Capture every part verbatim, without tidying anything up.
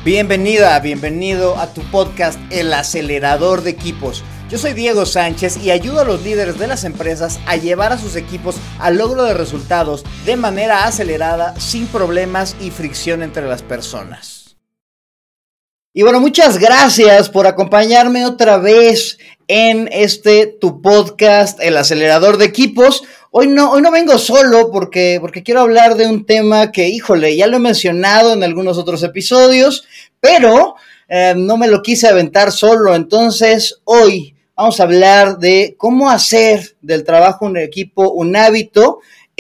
Bienvenida, bienvenido a tu podcast El Acelerador de Equipos. Yo soy Diego Sánchez y ayudo a los líderes de las empresas a llevar a sus equipos al logro de resultados de manera acelerada, sin problemas y fricción entre las personas. Y bueno, muchas gracias por acompañarme otra vez en este tu podcast El Acelerador de Equipos. Hoy no, hoy no vengo solo porque, porque quiero hablar de un tema que, híjole, ya lo he mencionado en algunos otros episodios, pero eh, no me lo quise aventar solo. Entonces, hoy vamos a hablar de cómo hacer del trabajo en equipo un hábito.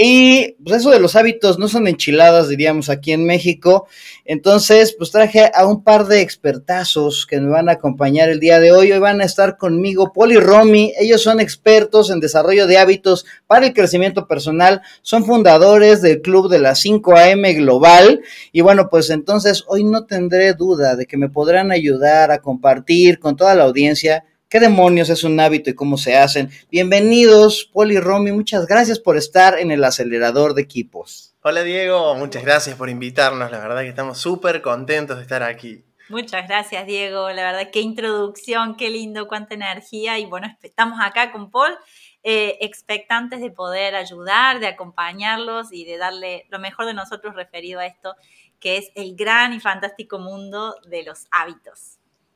Y pues eso de los hábitos no son enchiladas, diríamos aquí en México. Entonces, pues traje a un par de expertazos que me van a acompañar el día de hoy. Hoy van a estar conmigo Paul y Romy. Ellos son expertos en desarrollo de hábitos para el crecimiento personal. Son fundadores del Club de las cinco a eme Global. Y bueno, pues entonces hoy no tendré duda de que me podrán ayudar a compartir con toda la audiencia ¿qué demonios es un hábito y cómo se hacen? Bienvenidos, Paul y Romy, muchas gracias por estar en el Acelerador de Equipos. Hola Diego, muchas gracias por invitarnos, la verdad que estamos súper contentos de estar aquí. Muchas gracias Diego, la verdad qué introducción, qué lindo, cuánta energía y bueno, estamos acá con Paul, eh, expectantes de poder ayudar, de acompañarlos y de darle lo mejor de nosotros referido a esto, que es el gran y fantástico mundo de los hábitos.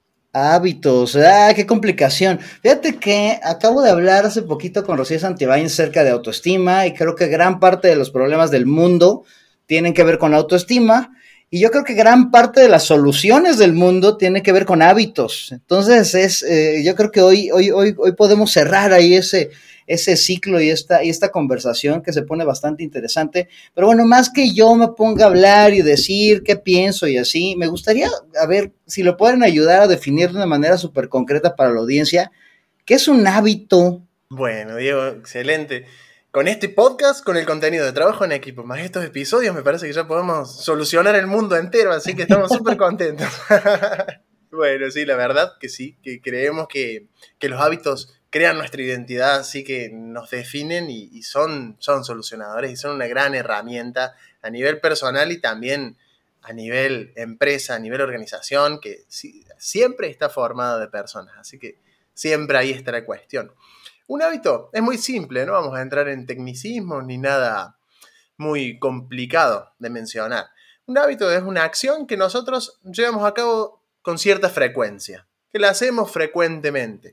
Hábitos, ah, qué complicación. Fíjate que acabo de hablar hace poquito con Rocío Santibáñez acerca de autoestima y creo que gran parte de los problemas del mundo tienen que ver con la autoestima y yo creo que gran parte de las soluciones del mundo tienen que ver con hábitos. Entonces es, eh, yo creo que hoy, hoy, hoy, hoy podemos cerrar ahí ese, ese ciclo y esta, y esta conversación que se pone bastante interesante. Pero bueno, más que yo me ponga a hablar y decir qué pienso y así, me gustaría, a ver, si lo pueden ayudar a definir de una manera súper concreta para la audiencia, ¿qué es un hábito? Bueno, Diego, excelente. Con este podcast, con el contenido de trabajo en equipo, más estos episodios, me parece que ya podemos solucionar el mundo entero, así que estamos súper contentos. Bueno, sí, la verdad que sí, que creemos que, que los hábitos crean nuestra identidad, así que nos definen y, y son, son solucionadores y son una gran herramienta a nivel personal y también a nivel empresa, a nivel organización, que sí, siempre está formado de personas, así que siempre ahí está la cuestión. Un hábito es muy simple, no vamos a entrar en tecnicismos ni nada muy complicado de mencionar. Un hábito es una acción que nosotros llevamos a cabo con cierta frecuencia, que la hacemos frecuentemente.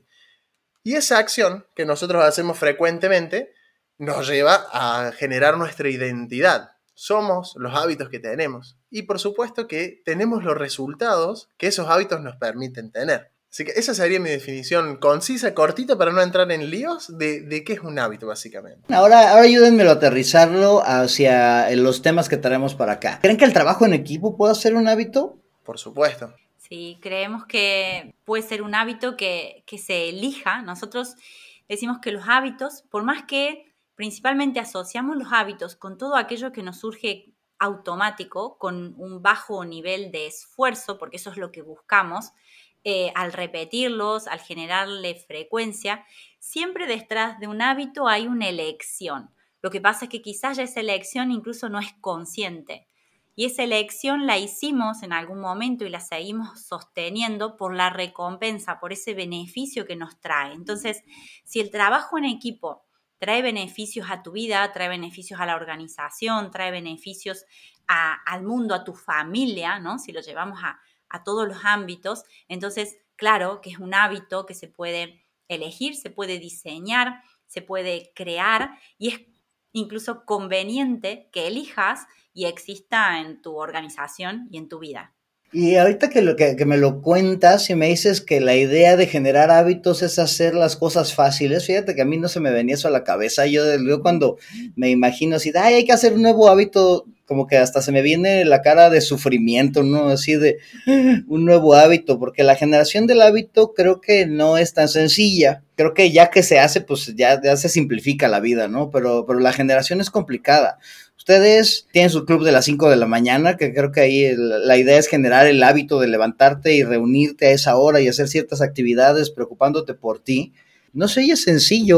Y esa acción que nosotros hacemos frecuentemente nos lleva a generar nuestra identidad. Somos los hábitos que tenemos. Y por supuesto que tenemos los resultados que esos hábitos nos permiten tener. Así que esa sería mi definición concisa, cortita, para no entrar en líos de, de qué es un hábito, básicamente. Ahora, ahora ayúdenme a aterrizarlo hacia los temas que traemos para acá. ¿Creen que el trabajo en equipo puede ser un hábito? Por supuesto. Sí, creemos que puede ser un hábito que, que se elija. Nosotros decimos que los hábitos, por más que principalmente asociamos los hábitos con todo aquello que nos surge automático, con un bajo nivel de esfuerzo, porque eso es lo que buscamos, eh, al repetirlos, al generarle frecuencia, siempre detrás de un hábito hay una elección. Lo que pasa es que quizás ya esa elección incluso no es consciente. Y esa elección la hicimos en algún momento y la seguimos sosteniendo por la recompensa, por ese beneficio que nos trae. Entonces, si el trabajo en equipo trae beneficios a tu vida, trae beneficios a la organización, trae beneficios a, al mundo, a tu familia, ¿no? Si lo llevamos a, a todos los ámbitos, entonces, claro que es un hábito que se puede elegir, se puede diseñar, se puede crear y es incluso conveniente que elijas y exista en tu organización y en tu vida. Y ahorita que, lo, que, que me lo cuentas y me dices que la idea de generar hábitos es hacer las cosas fáciles, fíjate que a mí no se me venía eso a la cabeza. Yo, yo cuando me imagino así, ay, hay que hacer un nuevo hábito, como que hasta se me viene la cara de sufrimiento, ¿no? Así de un nuevo hábito, porque la generación del hábito creo que no es tan sencilla. Creo que ya que se hace, pues ya, ya se simplifica la vida, ¿no? Pero, pero la generación es complicada. Ustedes tienen su club de las cinco de la mañana, que creo que ahí el, la idea es generar el hábito de levantarte y reunirte a esa hora y hacer ciertas actividades preocupándote por ti. No sé, es sencillo.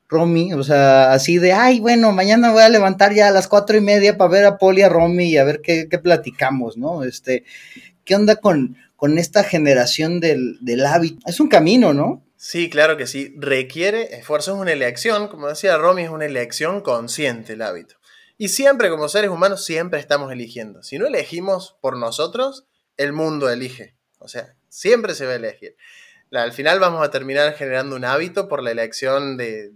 Romy, o sea, así de, ay, bueno, mañana voy a levantar ya a las cuatro y media para ver a Poli, a Romy y a ver qué, qué platicamos, ¿no? Este, ¿qué onda con, con esta generación del, del hábito? Es un camino, ¿no? Sí, claro que sí. Requiere esfuerzo, es una elección, como decía Romy, es una elección consciente el hábito. Y siempre, como seres humanos, siempre estamos eligiendo. Si no elegimos por nosotros, el mundo elige. O sea, siempre se va a elegir. Al final vamos a terminar generando un hábito por la elección de,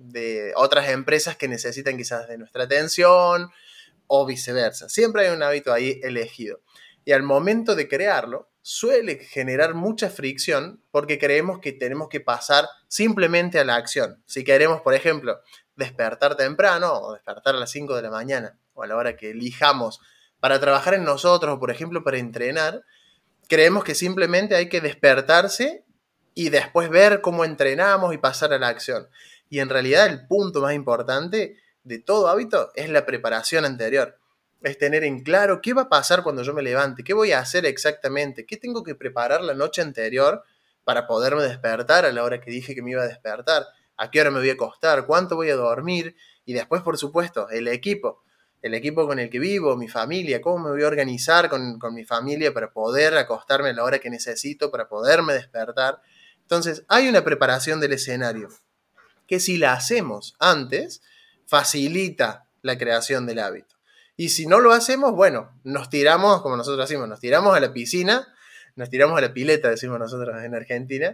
de otras empresas que necesitan quizás de nuestra atención o viceversa. Siempre hay un hábito ahí elegido. Y al momento de crearlo, suele generar mucha fricción porque creemos que tenemos que pasar simplemente a la acción. Si queremos, por ejemplo, despertar temprano o despertar a las cinco de la mañana o a la hora que elijamos para trabajar en nosotros o, por ejemplo, para entrenar, creemos que simplemente hay que despertarse y después ver cómo entrenamos y pasar a la acción. Y en realidad el punto más importante de todo hábito es la preparación anterior. Es tener en claro qué va a pasar cuando yo me levante, qué voy a hacer exactamente, qué tengo que preparar la noche anterior para poderme despertar a la hora que dije que me iba a despertar, a qué hora me voy a acostar, cuánto voy a dormir y después, por supuesto, el equipo. El equipo con el que vivo, mi familia, cómo me voy a organizar con, con mi familia para poder acostarme a la hora que necesito, para poderme despertar. Entonces, hay una preparación del escenario que si la hacemos antes, facilita la creación del hábito. Y si no lo hacemos, bueno, nos tiramos, como nosotros decimos, nos tiramos a la piscina, nos tiramos a la pileta, decimos nosotros en Argentina,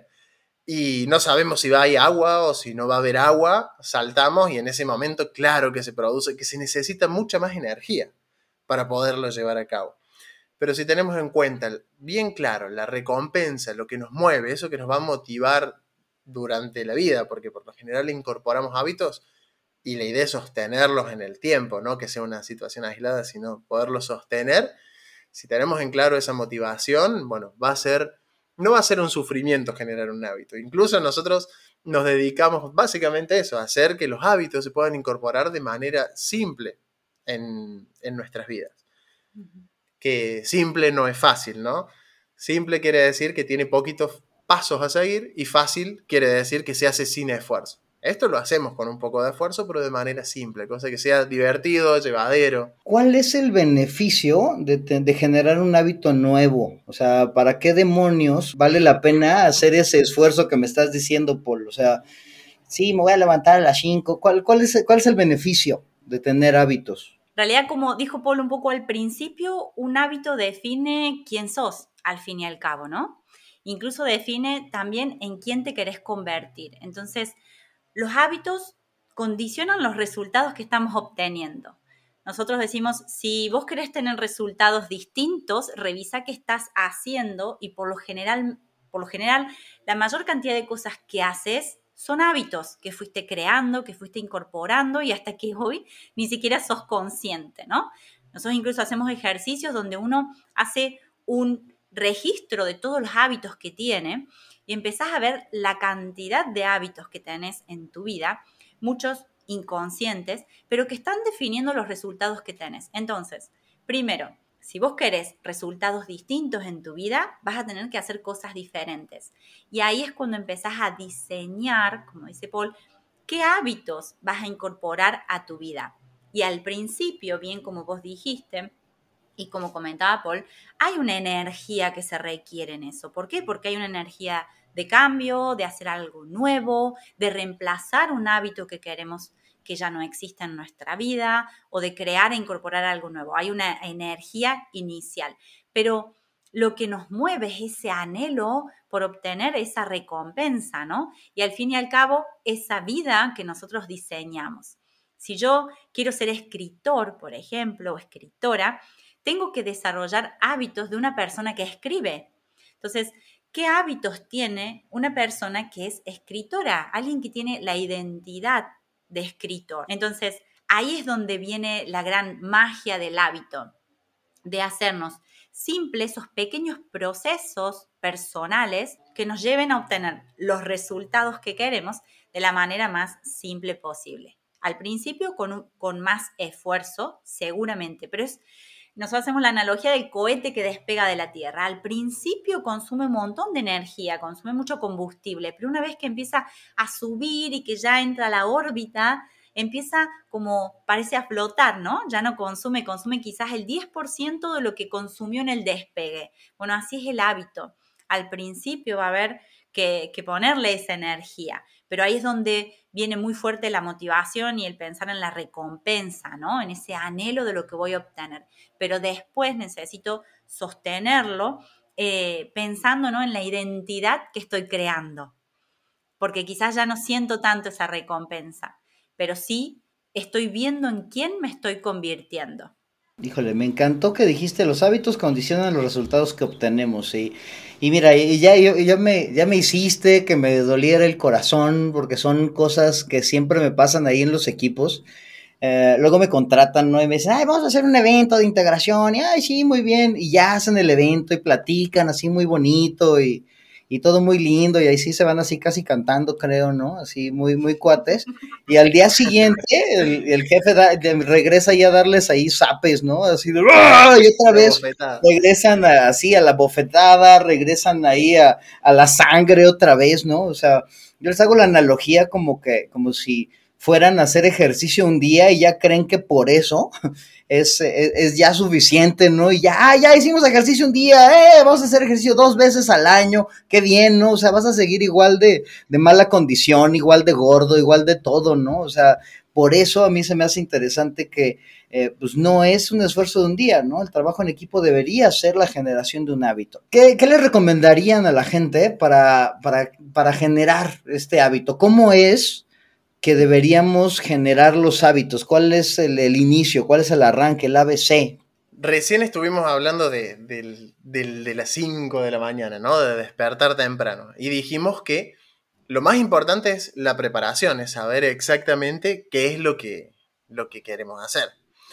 y no sabemos si va a haber agua o si no va a haber agua, saltamos y en ese momento claro que se produce, que se necesita mucha más energía para poderlo llevar a cabo. Pero si tenemos en cuenta bien claro la recompensa, lo que nos mueve, eso que nos va a motivar durante la vida, porque por lo general incorporamos hábitos y la idea es sostenerlos en el tiempo, no que sea una situación aislada, sino poderlos sostener. Si tenemos en claro esa motivación, bueno, va a ser, no va a ser un sufrimiento generar un hábito. Incluso nosotros nos dedicamos básicamente a eso, a hacer que los hábitos se puedan incorporar de manera simple en, en nuestras vidas. Uh-huh. Que simple no es fácil, ¿no? Simple quiere decir que tiene poquitos pasos a seguir y fácil quiere decir que se hace sin esfuerzo. Esto lo hacemos con un poco de esfuerzo, pero de manera simple, cosa que sea divertido, llevadero. ¿Cuál es el beneficio de, de generar un hábito nuevo? O sea, ¿para qué demonios vale la pena hacer ese esfuerzo que me estás diciendo, Paul? O sea, sí, me voy a levantar a las cinco. ¿Cuál, cuál, es, ¿Cuál es el beneficio de tener hábitos? En realidad, como dijo Paul un poco al principio, un hábito define quién sos, al fin y al cabo, ¿no? Incluso define también en quién te querés convertir. Entonces, los hábitos condicionan los resultados que estamos obteniendo. Nosotros decimos, si vos querés tener resultados distintos, revisa qué estás haciendo y por lo general, por lo general, la mayor cantidad de cosas que haces son hábitos que fuiste creando, que fuiste incorporando y hasta que hoy ni siquiera sos consciente, ¿no? Nosotros incluso hacemos ejercicios donde uno hace un registro de todos los hábitos que tiene y empezás a ver la cantidad de hábitos que tenés en tu vida, muchos inconscientes, pero que están definiendo los resultados que tenés. Entonces, primero, si vos querés resultados distintos en tu vida, vas a tener que hacer cosas diferentes. Y ahí es cuando empezás a diseñar, como dice Paul, qué hábitos vas a incorporar a tu vida. Y al principio, bien como vos dijiste, y como comentaba Paul, hay una energía que se requiere en eso. ¿Por qué? Porque hay una energía de cambio, de hacer algo nuevo, de reemplazar un hábito que queremos que ya no exista en nuestra vida o de crear e incorporar algo nuevo. Hay una energía inicial, pero lo que nos mueve es ese anhelo por obtener esa recompensa, ¿no? Y al fin y al cabo, esa vida que nosotros diseñamos. Si yo quiero ser escritor, por ejemplo, o escritora, tengo que desarrollar hábitos de una persona que escribe. Entonces, ¿qué hábitos tiene una persona que es escritora? Alguien que tiene la identidad de escritor. Entonces, ahí es donde viene la gran magia del hábito, de hacernos simples esos pequeños procesos personales que nos lleven a obtener los resultados que queremos de la manera más simple posible. Al principio con, un, con más esfuerzo, seguramente, pero es nosotros hacemos la analogía del cohete que despega de la Tierra. Al principio consume un montón de energía, consume mucho combustible, pero una vez que empieza a subir y que ya entra a la órbita, empieza como, parece a flotar, ¿no? Ya no consume, consume quizás el diez por ciento de lo que consumió en el despegue. Bueno, así es el hábito. Al principio va a haber que, que ponerle esa energía, pero ahí es donde viene muy fuerte la motivación y el pensar en la recompensa, ¿no? En ese anhelo de lo que voy a obtener. Pero después necesito sostenerlo eh, pensando, ¿no?, en la identidad que estoy creando, porque quizás ya no siento tanto esa recompensa, pero sí estoy viendo en quién me estoy convirtiendo. Híjole, me encantó que dijiste los hábitos condicionan los resultados que obtenemos, y, y mira, y ya, yo, ya, me, ya me hiciste que me doliera el corazón, porque son cosas que siempre me pasan ahí en los equipos. Eh, luego me contratan, ¿no? Y me dicen, ay, vamos a hacer un evento de integración, y ay, sí, muy bien, y ya hacen el evento y platican así muy bonito, y, y todo muy lindo, y ahí sí se van así casi cantando, creo, ¿no? Así muy, muy cuates, y al día siguiente el, el jefe da, regresa ya a darles ahí zapes, ¿no? Así de, ¡ah! Y otra vez regresan a, así a la bofetada, regresan ahí a, a la sangre otra vez, ¿no? O sea, yo les hago la analogía como que, como si fueran a hacer ejercicio un día y ya creen que por eso es, es, es ya suficiente, ¿no? Y ya, ah, ya hicimos ejercicio un día, eh, vamos a hacer ejercicio dos veces al año, qué bien, ¿no? O sea, vas a seguir igual de, de mala condición, igual de gordo, igual de todo, ¿no? O sea, por eso a mí se me hace interesante que eh, pues no es un esfuerzo de un día, ¿no? El trabajo en equipo debería ser la generación de un hábito. ¿Qué, qué le recomendarían a la gente para, para, para generar este hábito? ¿Cómo es que deberíamos generar los hábitos? ¿Cuál es el, el inicio? ¿Cuál es el arranque? El A B C. Recién estuvimos hablando de, de, de, de las cinco de la mañana, ¿no? De despertar temprano. Y dijimos que lo más importante es la preparación, es saber exactamente qué es lo que, lo que queremos hacer.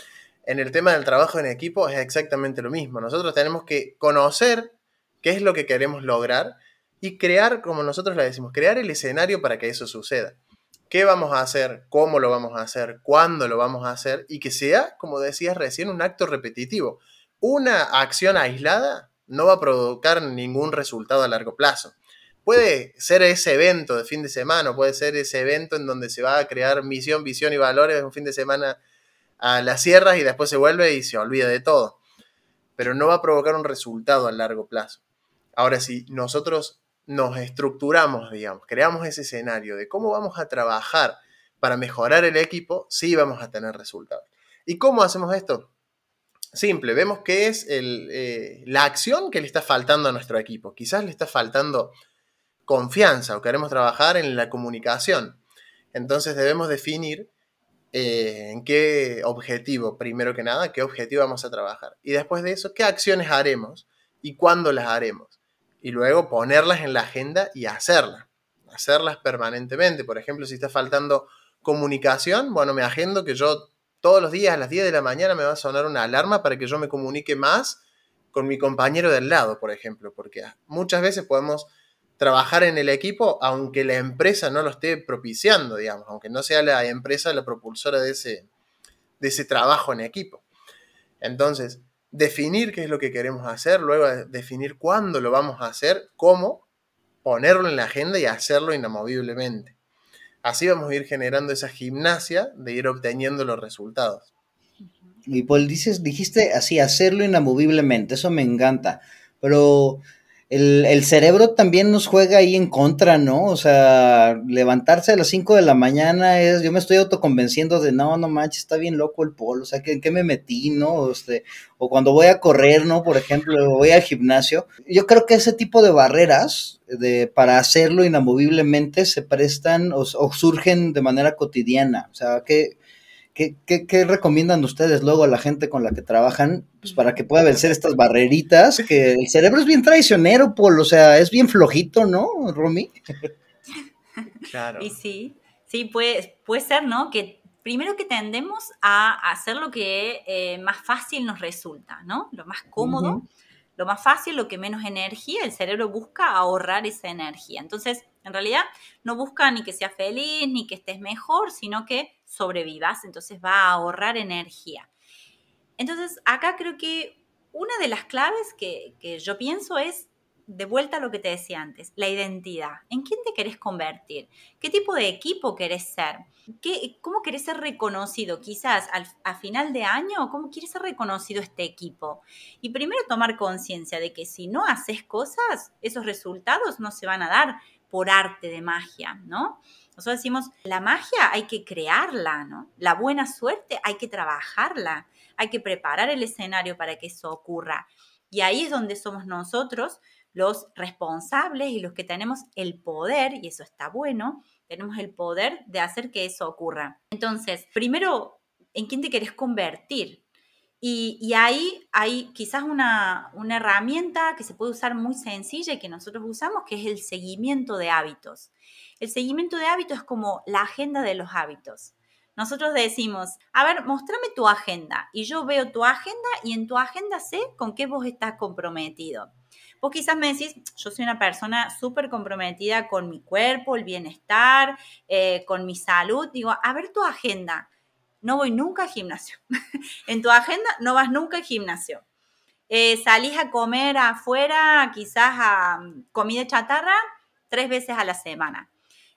En el tema del trabajo en equipo es exactamente lo mismo. Nosotros tenemos que conocer qué es lo que queremos lograr y crear, como nosotros le decimos, crear el escenario para que eso suceda. ¿Qué vamos a hacer? ¿Cómo lo vamos a hacer? ¿Cuándo lo vamos a hacer? Y que sea, como decías recién, un acto repetitivo. Una acción aislada no va a provocar ningún resultado a largo plazo. Puede ser ese evento de fin de semana, puede ser ese evento en donde se va a crear misión, visión y valores un fin de semana a las sierras y después se vuelve y se olvida de todo. Pero no va a provocar un resultado a largo plazo. Ahora, si nosotros nos estructuramos, digamos, creamos ese escenario de cómo vamos a trabajar para mejorar el equipo, sí vamos a tener resultados. ¿Y cómo hacemos esto? Simple, vemos qué es el, eh, la acción que le está faltando a nuestro equipo. Quizás le está faltando confianza o queremos trabajar en la comunicación. Entonces debemos definir eh, en qué objetivo, primero que nada, qué objetivo vamos a trabajar. Y después de eso, qué acciones haremos y cuándo las haremos. Y luego ponerlas en la agenda y hacerlas. Hacerlas permanentemente. Por ejemplo, si está faltando comunicación, bueno, me agendo que yo todos los días a las diez de la mañana me va a sonar una alarma para que yo me comunique más con mi compañero del lado, por ejemplo. Porque muchas veces podemos trabajar en el equipo aunque la empresa no lo esté propiciando, digamos. Aunque no sea la empresa la propulsora de ese, de ese trabajo en equipo. Entonces, definir qué es lo que queremos hacer, luego definir cuándo lo vamos a hacer, cómo, ponerlo en la agenda y hacerlo inamoviblemente. Así vamos a ir generando esa gimnasia de ir obteniendo los resultados. Y Paul, dices, dijiste así, hacerlo inamoviblemente, eso me encanta, pero el, el cerebro también nos juega ahí en contra, ¿no? O sea, levantarse a las cinco de la mañana es, yo me estoy autoconvenciendo de, no, no manches, está bien loco el Paul, o sea, ¿en qué me metí, no? Este, o cuando voy a correr, ¿no? Por ejemplo, voy al gimnasio. Yo creo que ese tipo de barreras de, para hacerlo inamoviblemente se prestan o, o surgen de manera cotidiana, o sea, que... ¿Qué, qué, ¿Qué recomiendan ustedes luego a la gente con la que trabajan, pues para que pueda vencer estas barreritas? Que el cerebro es bien traicionero, Paul, o sea, es bien flojito, ¿no, Romy? Claro. Y sí, sí, puede, puede ser, ¿no? Que primero que tendemos a hacer lo que eh, más fácil nos resulta, ¿no? Lo más cómodo, uh-huh. Lo más fácil, lo que menos energía, el cerebro busca ahorrar esa energía. Entonces, en realidad, no busca ni que seas feliz, ni que estés mejor, sino que sobrevivas, entonces va a ahorrar energía. Entonces, acá creo que una de las claves que, que yo pienso es, de vuelta a lo que te decía antes, la identidad. ¿En quién te querés convertir? ¿Qué tipo de equipo querés ser? ¿Qué, ¿Cómo querés ser reconocido? Quizás al, a final de año, ¿cómo quieres ser reconocido este equipo? Y primero tomar conciencia de que si no haces cosas, esos resultados no se van a dar por arte de magia, ¿no? Nosotros decimos, la magia hay que crearla, ¿no? La buena suerte hay que trabajarla, hay que preparar el escenario para que eso ocurra. Y ahí es donde somos nosotros los responsables y los que tenemos el poder, y eso está bueno, tenemos el poder de hacer que eso ocurra. Entonces, primero, ¿en quién te querés convertir? Y, y ahí hay quizás una, una herramienta que se puede usar muy sencilla y que nosotros usamos, que es el seguimiento de hábitos. El seguimiento de hábitos es como la agenda de los hábitos. Nosotros decimos, a ver, mostrame tu agenda. Y yo veo tu agenda y en tu agenda sé con qué vos estás comprometido. Vos quizás me decís, yo soy una persona súper comprometida con mi cuerpo, el bienestar, eh, con mi salud. Digo, a ver tu agenda. No voy nunca al gimnasio. En tu agenda no vas nunca al gimnasio. Eh, salís a comer afuera, quizás a um, comida chatarra, tres veces a la semana.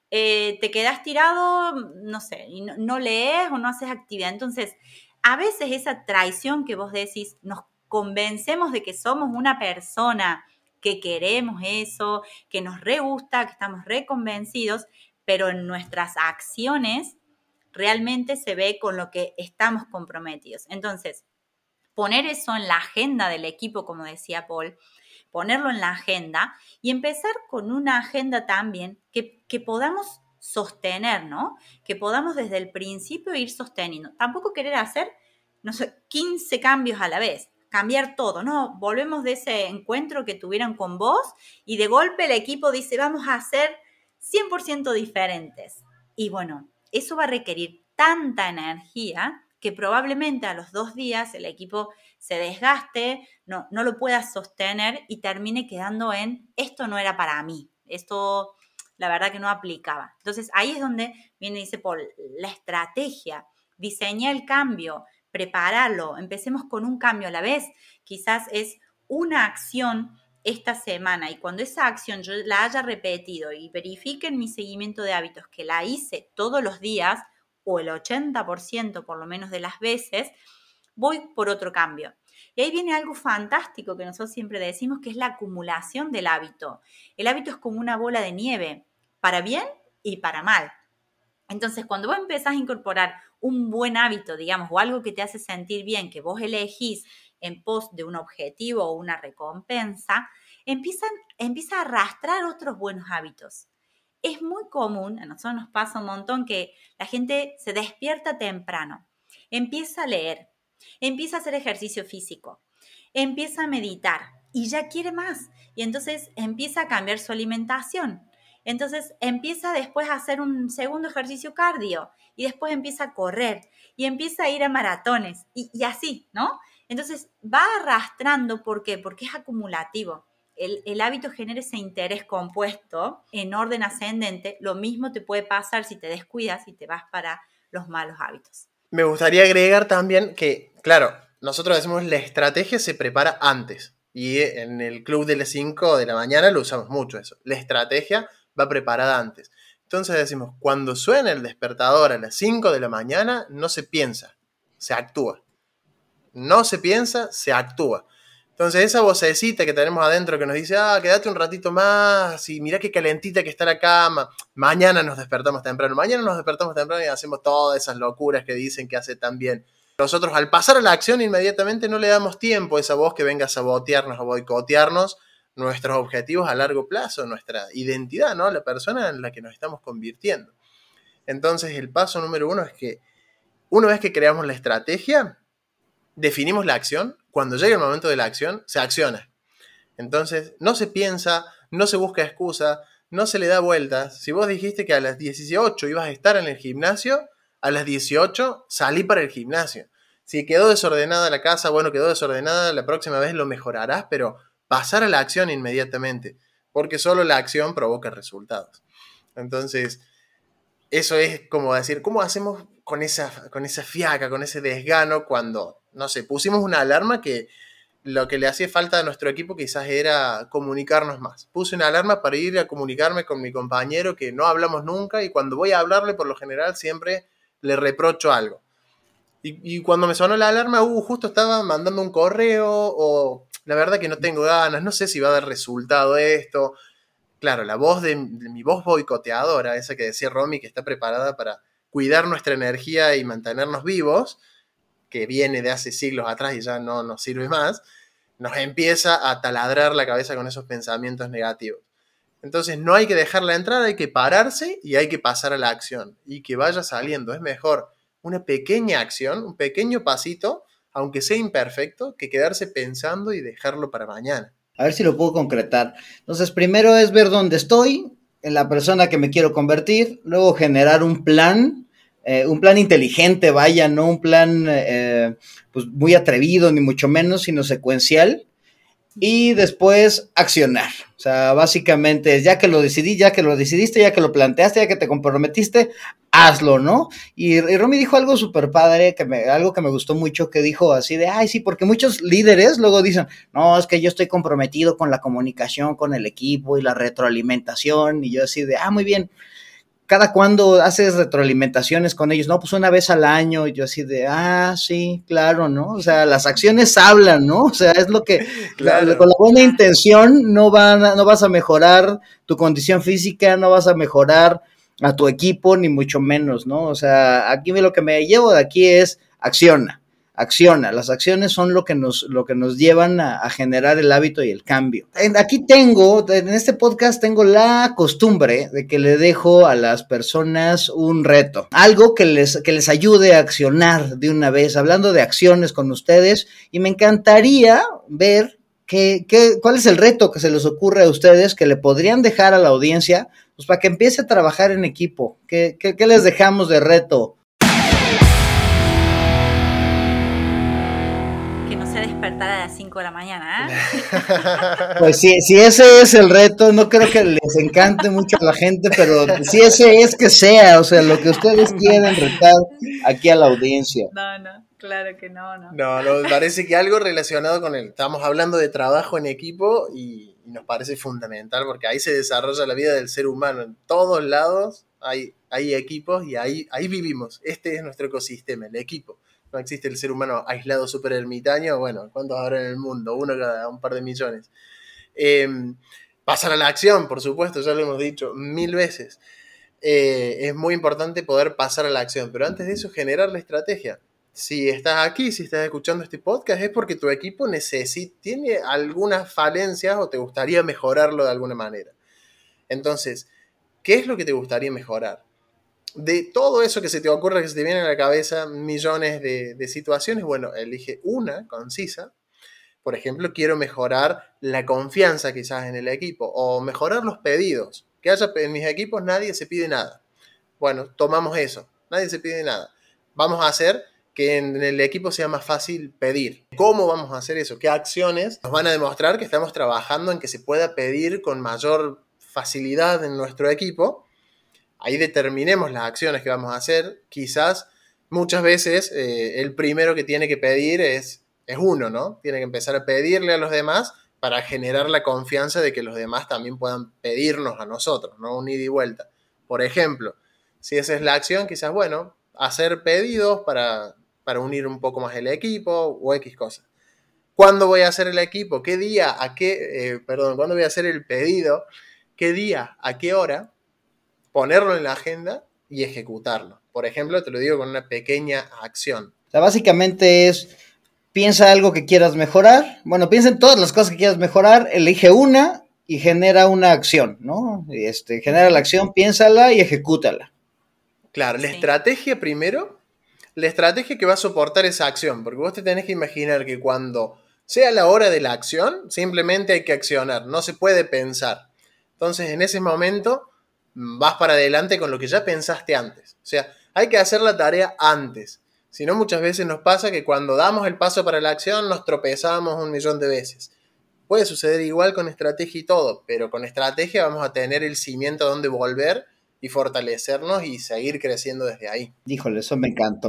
Eh, te quedas tirado, no sé, y no, no lees o no haces actividad. Entonces, a veces esa traición que vos decís, nos convencemos de que somos una persona que queremos eso, que nos re gusta, que estamos re convencidos, pero en nuestras acciones realmente se ve con lo que estamos comprometidos. Entonces, poner eso en la agenda del equipo, como decía Paul, ponerlo en la agenda y empezar con una agenda también que, que podamos sostener, ¿no? Que podamos desde el principio ir sosteniendo. Tampoco querer hacer, no sé, quince cambios a la vez, cambiar todo, ¿no? Volvemos de ese encuentro que tuvieron con vos y de golpe el equipo dice, vamos a ser cien por ciento diferentes. Y bueno, eso va a requerir tanta energía que probablemente a los dos días el equipo se desgaste, no, no lo pueda sostener y termine quedando en esto no era para mí, esto la verdad que no aplicaba. Entonces ahí es donde viene, dice Paul, la estrategia, diseñar el cambio, prepararlo, empecemos con un cambio a la vez, quizás es una acción esta semana y cuando esa acción yo la haya repetido y verifique en mi seguimiento de hábitos que la hice todos los días o el ochenta por ciento por lo menos de las veces, voy por otro cambio. Y ahí viene algo fantástico que nosotros siempre decimos, que es la acumulación del hábito. El hábito es como una bola de nieve, para bien y para mal. Entonces, cuando vos empezás a incorporar un buen hábito, digamos, o algo que te hace sentir bien, que vos elegís en pos de un objetivo o una recompensa, empiezan, empieza a arrastrar otros buenos hábitos. Es muy común, a nosotros nos pasa un montón que la gente se despierta temprano, empieza a leer, empieza a hacer ejercicio físico, empieza a meditar y ya quiere más. Y entonces empieza a cambiar su alimentación. Entonces empieza después a hacer un segundo ejercicio cardio y después empieza a correr y empieza a ir a maratones y, y así, ¿no? Entonces va arrastrando, ¿por qué? Porque es acumulativo. El, el hábito genera ese interés compuesto en orden ascendente. Lo mismo te puede pasar si te descuidas y te vas para los malos hábitos. Me gustaría agregar también que, claro, nosotros decimos la estrategia se prepara antes. Y en el club de las cinco de la mañana lo usamos mucho eso. La estrategia va preparada antes. Entonces decimos, cuando suena el despertador a las cinco de la mañana, no se piensa, se actúa. No se piensa, se actúa. Entonces esa vocecita que tenemos adentro que nos dice, ah, quédate un ratito más y mirá qué calentita que está la cama. Mañana nos despertamos temprano. Mañana nos despertamos temprano y hacemos todas esas locuras que dicen que hace tan bien. Nosotros al pasar a la acción inmediatamente no le damos tiempo a esa voz que venga a sabotearnos o boicotearnos nuestros objetivos a largo plazo, nuestra identidad, ¿no? La persona en la que nos estamos convirtiendo. Entonces el paso número uno es que una vez que creamos la estrategia, definimos la acción, cuando llega el momento de la acción, se acciona. Entonces, no se piensa, no se busca excusa, no se le da vueltas. Si vos dijiste que a las dieciocho ibas a estar en el gimnasio, a las dieciocho salí para el gimnasio. Si quedó desordenada la casa, bueno, quedó desordenada, la próxima vez lo mejorarás, pero pasar a la acción inmediatamente, porque solo la acción provoca resultados. Entonces, eso es como decir, ¿cómo hacemos con esa, con esa fiaca, con ese desgano cuando no sé, pusimos una alarma que lo que le hacía falta a nuestro equipo quizás era comunicarnos más. Puse una alarma para ir a comunicarme con mi compañero que no hablamos nunca y cuando voy a hablarle por lo general siempre le reprocho algo. Y, y cuando me sonó la alarma, uh, justo estaba mandando un correo o la verdad que no tengo ganas, no sé si va a dar resultado esto. Claro, la voz de, de mi voz boicoteadora, esa que decía Romy, que está preparada para cuidar nuestra energía y mantenernos vivos, que viene de hace siglos atrás y ya no nos sirve más, nos empieza a taladrar la cabeza con esos pensamientos negativos. Entonces no hay que dejarla entrar, hay que pararse y hay que pasar a la acción y que vaya saliendo. Es mejor una pequeña acción, un pequeño pasito, aunque sea imperfecto, que quedarse pensando y dejarlo para mañana. A ver si lo puedo concretar. Entonces, primero es ver dónde estoy, en la persona que me quiero convertir, luego generar un plan, eh, un plan inteligente, vaya, no un plan eh, pues muy atrevido, ni mucho menos, sino secuencial, y después accionar. O sea, básicamente, ya que lo decidí, ya que lo decidiste, ya que lo planteaste, ya que te comprometiste, hazlo, ¿no? Y, y Romy dijo algo súper padre, que me, algo que me gustó mucho, que dijo así de, ay, sí, porque muchos líderes luego dicen, no, es que yo estoy comprometido con la comunicación, con el equipo y la retroalimentación, y yo así de, ah, muy bien. ¿Cada cuándo haces retroalimentaciones con ellos? No, pues una vez al año. Y yo así de, ah, sí, claro, ¿no? O sea, las acciones hablan, ¿no? O sea, es lo que, claro. la, con la buena intención no, van a, no vas a mejorar tu condición física, no vas a mejorar a tu equipo, ni mucho menos, ¿no? O sea, aquí lo que me llevo de aquí es acciona. Acciona, las acciones son lo que nos, lo que nos llevan a, a generar el hábito y el cambio. En, aquí tengo, en este podcast tengo la costumbre de que le dejo a las personas un reto, algo que les, que les ayude a accionar de una vez, hablando de acciones con ustedes, y me encantaría ver qué, qué, cuál es el reto que se les ocurre a ustedes que le podrían dejar a la audiencia, pues para que empiece a trabajar en equipo. ¿Qué, qué, qué les dejamos de reto? Despertar a las cinco de la mañana, ¿eh? Pues si, si ese es el reto, no creo que les encante mucho a la gente, pero si ese es, que sea, o sea, lo que ustedes quieran retar aquí a la audiencia. No, no, claro que no, no. No, no, parece que algo relacionado con el, estamos hablando de trabajo en equipo y, y nos parece fundamental porque ahí se desarrolla la vida del ser humano, en todos lados hay, hay equipos y ahí, ahí vivimos, este es nuestro ecosistema, el equipo. No existe el ser humano aislado, súper ermitaño. Bueno, ¿cuántos habrá en el mundo? Uno cada un par de millones. Eh, pasar a la acción, por supuesto, ya lo hemos dicho mil veces. Eh, es muy importante poder pasar a la acción, pero antes de eso, generar la estrategia. Si estás aquí, si estás escuchando este podcast, es porque tu equipo necesita, tiene algunas falencias o te gustaría mejorarlo de alguna manera. Entonces, ¿qué es lo que te gustaría mejorar? De todo eso que se te ocurre, que se te viene a la cabeza, millones de, de situaciones, bueno, elige una concisa. Por ejemplo, quiero mejorar la confianza quizás en el equipo o mejorar los pedidos. Que haya en mis equipos nadie se pide nada. Bueno, tomamos eso, nadie se pide nada. Vamos a hacer que en el equipo sea más fácil pedir. ¿Cómo vamos a hacer eso? ¿Qué acciones nos van a demostrar que estamos trabajando en que se pueda pedir con mayor facilidad en nuestro equipo? Ahí determinemos las acciones que vamos a hacer. Quizás muchas veces eh, el primero que tiene que pedir es, es uno, ¿no? Tiene que empezar a pedirle a los demás para generar la confianza de que los demás también puedan pedirnos a nosotros, ¿no? Un ida y vuelta. Por ejemplo, si esa es la acción, quizás, bueno, hacer pedidos para, para unir un poco más el equipo o X cosas. ¿Cuándo voy a hacer el equipo? ¿Qué día? ¿A qué? Eh, perdón, ¿cuándo voy a hacer el pedido? ¿Qué día? ¿A qué hora? Ponerlo en la agenda y ejecutarlo. Por ejemplo, te lo digo con una pequeña acción. O sea, básicamente es, piensa algo que quieras mejorar. Bueno, piensa en todas las cosas que quieras mejorar, elige una y genera una acción, ¿no? Este, genera la acción, piénsala y ejecútala. Claro, la Sí. estrategia primero, la estrategia que va a soportar esa acción, porque vos te tenés que imaginar que cuando sea la hora de la acción, simplemente hay que accionar, no se puede pensar. Entonces, en ese momento vas para adelante con lo que ya pensaste antes. O sea, hay que hacer la tarea antes. Si no, muchas veces nos pasa que cuando damos el paso para la acción nos tropezamos un millón de veces. Puede suceder igual con estrategia y todo, pero con estrategia vamos a tener el cimiento donde volver y fortalecernos y seguir creciendo desde ahí. Híjole, eso me encantó.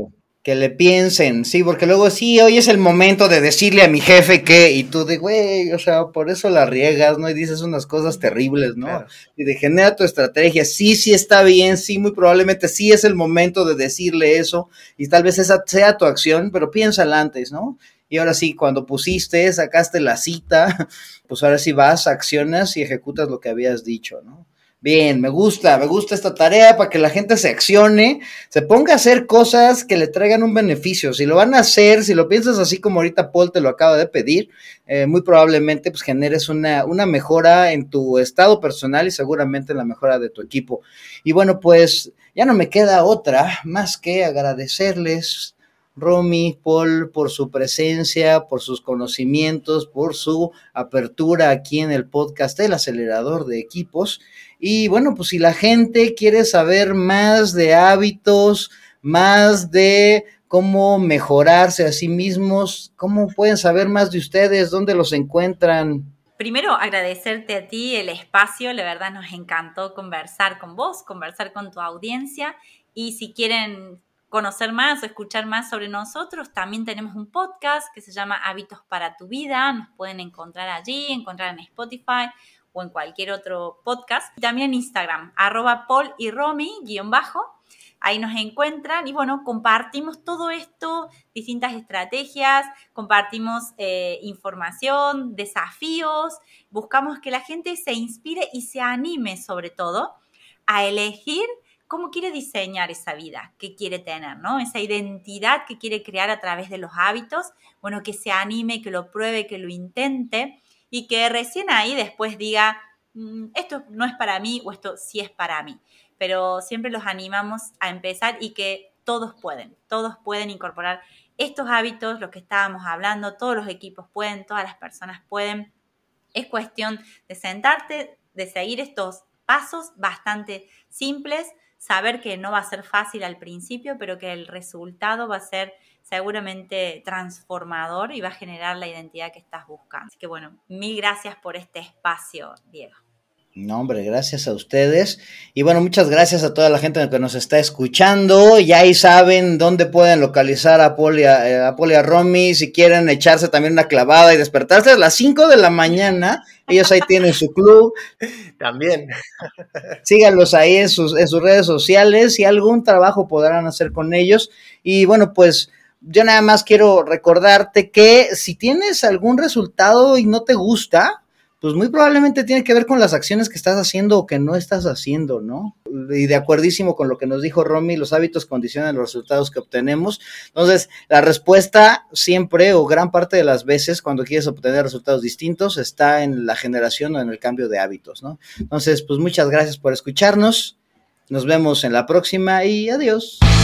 que le piensen, sí, porque luego sí, hoy es el momento de decirle a mi jefe que, y tú de, güey, o sea, por eso la riegas, ¿no? Y dices unas cosas terribles, ¿no? Claro. Y de genera tu estrategia, sí, sí está bien, sí, muy probablemente sí es el momento de decirle eso, y tal vez esa sea tu acción, pero piénsala antes, ¿no? Y ahora sí, cuando pusiste, sacaste la cita, pues ahora sí vas, accionas y ejecutas lo que habías dicho, ¿no? Bien, me gusta, me gusta esta tarea para que la gente se accione, se ponga a hacer cosas que le traigan un beneficio. Si lo van a hacer, si lo piensas así como ahorita Paul te lo acaba de pedir, eh, muy probablemente pues generes una, una mejora en tu estado personal y seguramente en la mejora de tu equipo. Y bueno, pues ya no me queda otra más que agradecerles, Romy, Paul, por su presencia, por sus conocimientos, por su apertura aquí en el podcast El Acelerador de Equipos. Y bueno, pues si la gente quiere saber más de hábitos, más de cómo mejorarse a sí mismos, ¿cómo pueden saber más de ustedes? ¿Dónde los encuentran? Primero, agradecerte a ti el espacio, la verdad nos encantó conversar con vos, conversar con tu audiencia, y si quieren conocer más o escuchar más sobre nosotros, también tenemos un podcast que se llama Hábitos para tu Vida, nos pueden encontrar allí, encontrar en Spotify o en cualquier otro podcast. Y también en Instagram, arroba Paul y Romy, guión bajo, ahí nos encuentran y bueno, compartimos todo esto, distintas estrategias, compartimos eh, información, desafíos, buscamos que la gente se inspire y se anime sobre todo a elegir cómo quiere diseñar esa vida que quiere tener, ¿no? Esa identidad que quiere crear a través de los hábitos, bueno, que se anime, que lo pruebe, que lo intente y que recién ahí después diga, mmm, esto no es para mí o esto sí es para mí. Pero siempre los animamos a empezar y que todos pueden, todos pueden incorporar estos hábitos, los que estábamos hablando, todos los equipos pueden, todas las personas pueden. Es cuestión de sentarte, de seguir estos pasos bastante simples, saber que no va a ser fácil al principio, pero que el resultado va a ser seguramente transformador y va a generar la identidad que estás buscando. Así que bueno, mil gracias por este espacio, Diego. No, hombre, gracias a ustedes. Y bueno, muchas gracias a toda la gente que nos está escuchando. Ya ahí saben dónde pueden localizar a Paul y a, a, Paul y a Romy. Si quieren echarse también una clavada y despertarse a las cinco de la mañana, ellos ahí tienen su club. También. Síganlos ahí en sus, en sus redes sociales y algún trabajo podrán hacer con ellos. Y bueno, pues yo nada más quiero recordarte que si tienes algún resultado y no te gusta, pues muy probablemente tiene que ver con las acciones que estás haciendo o que no estás haciendo, ¿no? Y de acuerdísimo con lo que nos dijo Romy, los hábitos condicionan los resultados que obtenemos. Entonces, la respuesta siempre o gran parte de las veces cuando quieres obtener resultados distintos está en la generación o en el cambio de hábitos, ¿no? Entonces, pues muchas gracias por escucharnos. Nos vemos en la próxima y adiós.